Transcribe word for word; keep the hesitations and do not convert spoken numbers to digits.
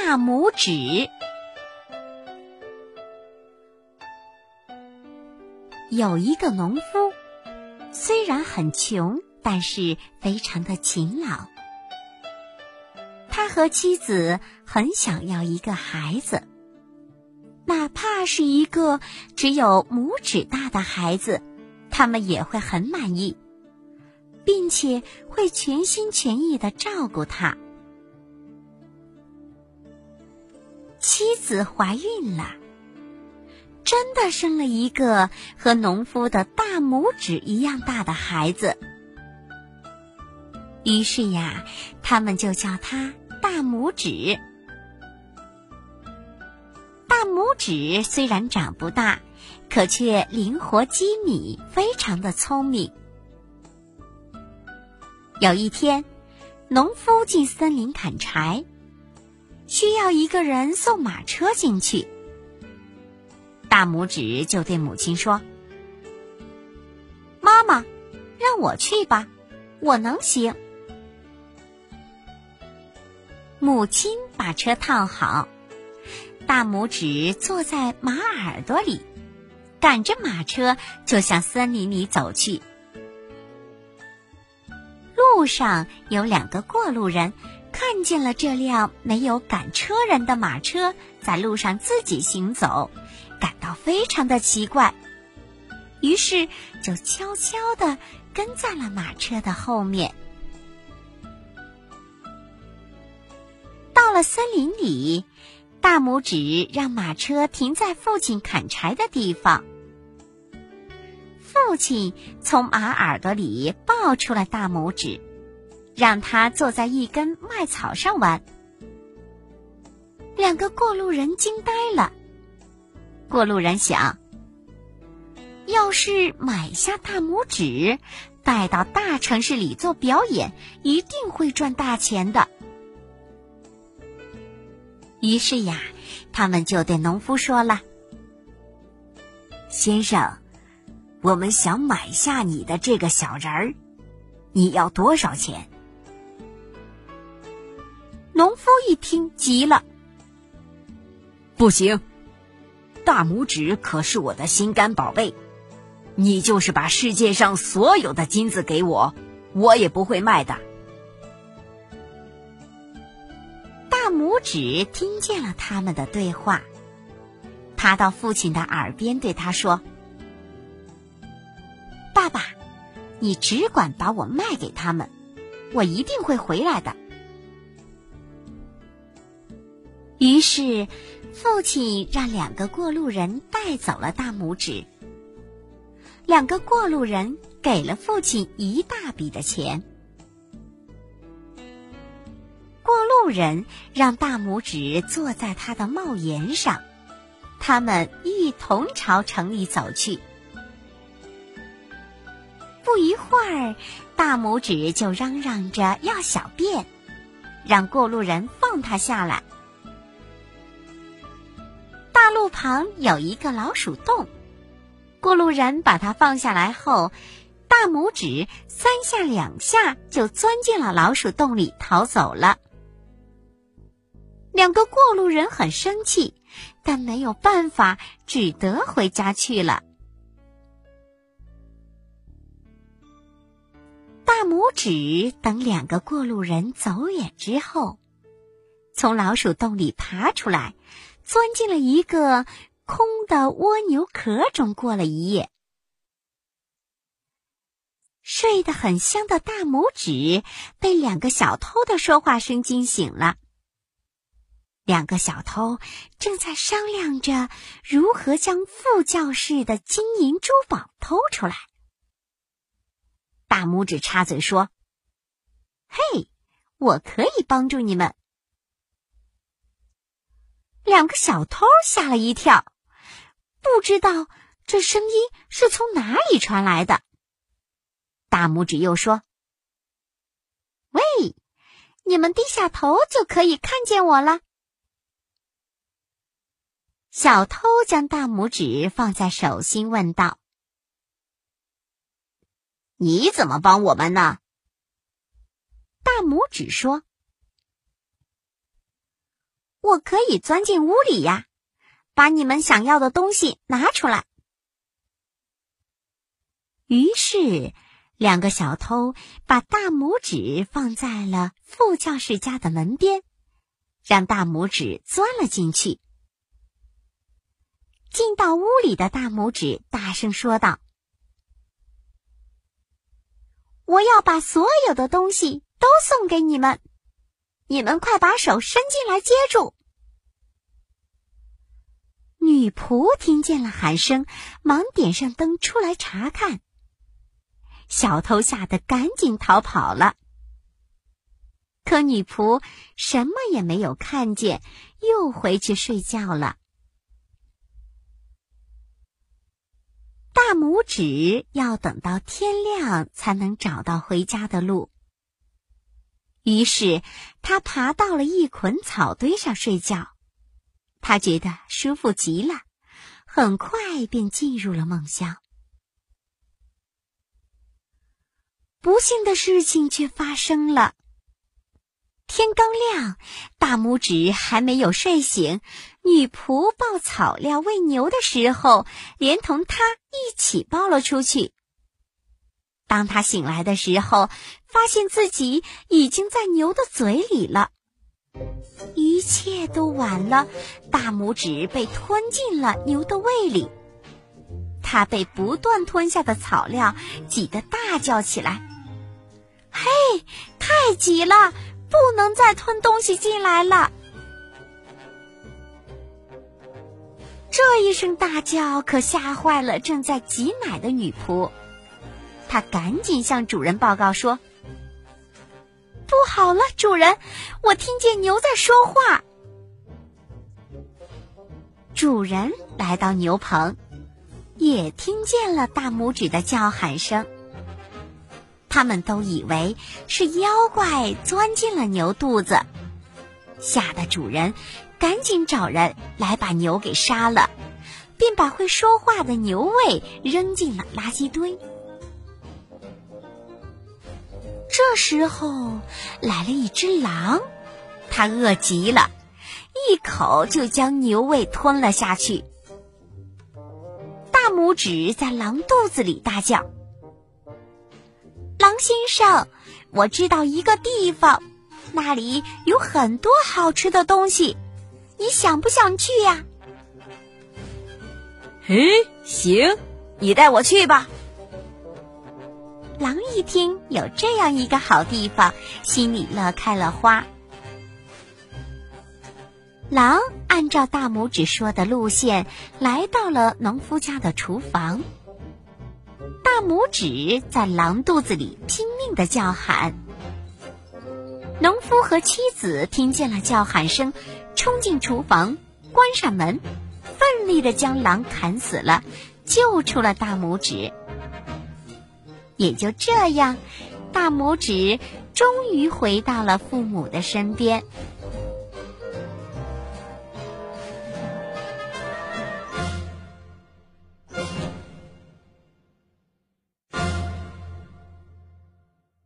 大拇指。有一个农夫，虽然很穷，但是非常的勤劳。他和妻子很想要一个孩子，哪怕是一个只有拇指大的孩子，他们也会很满意，并且会全心全意地照顾他。妻子怀孕了，真的生了一个和农夫的大拇指一样大的孩子。于是呀，他们就叫他大拇指。大拇指虽然长不大，可却灵活机敏，非常的聪明。有一天，农夫进森林砍柴，需要一个人送马车进去。大拇指就对母亲说：“妈妈，让我去吧，我能行。”母亲把车套好，大拇指坐在马耳朵里，赶着马车就向森林里走去。路上有两个过路人看见了这辆没有赶车人的马车在路上自己行走，感到非常的奇怪，于是就悄悄地跟在了马车的后面。到了森林里，大拇指让马车停在父亲砍柴的地方。父亲从马耳朵里抱出了大拇指，让他坐在一根麦草上玩。两个过路人惊呆了。过路人想，要是买下大拇指，带到大城市里做表演，一定会赚大钱的。于是呀，他们就对农夫说了：“先生，我们想买下你的这个小人儿，你要多少钱？”农夫一听急了：“不行，大拇指可是我的心肝宝贝，你就是把世界上所有的金子给我，我也不会卖的。”大拇指听见了他们的对话，爬到父亲的耳边对他说：“爸爸，你只管把我卖给他们，我一定会回来的。”于是父亲让两个过路人带走了大拇指。两个过路人给了父亲一大笔的钱。过路人让大拇指坐在他的帽檐上，他们一同朝城里走去。不一会儿，大拇指就嚷嚷着要小便，让过路人放他下来。大路旁有一个老鼠洞，过路人把它放下来后，大拇指三下两下就钻进了老鼠洞里逃走了。两个过路人很生气，但没有办法，只得回家去了。大拇指等两个过路人走远之后，从老鼠洞里爬出来，钻进了一个空的蜗牛壳中过了一夜。睡得很香的大拇指被两个小偷的说话声惊醒了。两个小偷正在商量着如何将副教室的金银珠宝偷出来。大拇指插嘴说：“嘿，我可以帮助你们。”两个小偷吓了一跳，不知道这声音是从哪里传来的。大拇指又说：“喂，你们低下头就可以看见我了。”小偷将大拇指放在手心问道：“你怎么帮我们呢？”大拇指说：“ 我可以钻进屋里呀，把你们想要的东西拿出来。于是，两个小偷把大拇指放在了副教室家的门边，让大拇指钻了进去。进到屋里的大拇指大声说道：“我要把所有的东西都送给你们，你们快把手伸进来接住。”女仆听见了喊声，忙点上灯出来查看。小偷吓得赶紧逃跑了。可女仆什么也没有看见，又回去睡觉了。大拇指要等到天亮才能找到回家的路，于是他爬到了一捆草堆上睡觉。他觉得舒服极了，很快便进入了梦乡。不幸的事情却发生了。天刚亮，大拇指还没有睡醒，女仆抱草料喂牛的时候，连同他一起抱了出去。当他醒来的时候，发现自己已经在牛的嘴里了。一切都晚了，大拇指被吞进了牛的胃里。他被不断吞下的草料挤得大叫起来：“嘿，太挤了，不能再吞东西进来了！”这一声大叫可吓坏了正在挤奶的女仆，她赶紧向主人报告说：“不好了，主人，我听见牛在说话。”主人来到牛棚，也听见了大拇指的叫喊声。他们都以为是妖怪钻进了牛肚子，吓得主人赶紧找人来把牛给杀了，并把会说话的牛胃扔进了垃圾堆。这时候来了一只狼，它饿极了，一口就将牛胃吞了下去。大拇指在狼肚子里大叫：“狼先生，我知道一个地方，那里有很多好吃的东西，你想不想去呀？”“ 嘿，行，你带我去吧。” 狼一听有这样一个好地方，心里乐开了花。狼按照大拇指说的路线来到了农夫家的厨房。大拇指在狼肚子里拼命地叫喊。农夫和妻子听见了叫喊声，冲进厨房，关上门，奋力地将狼砍死了，救出了大拇指。也就这样，大拇指终于回到了父母的身边。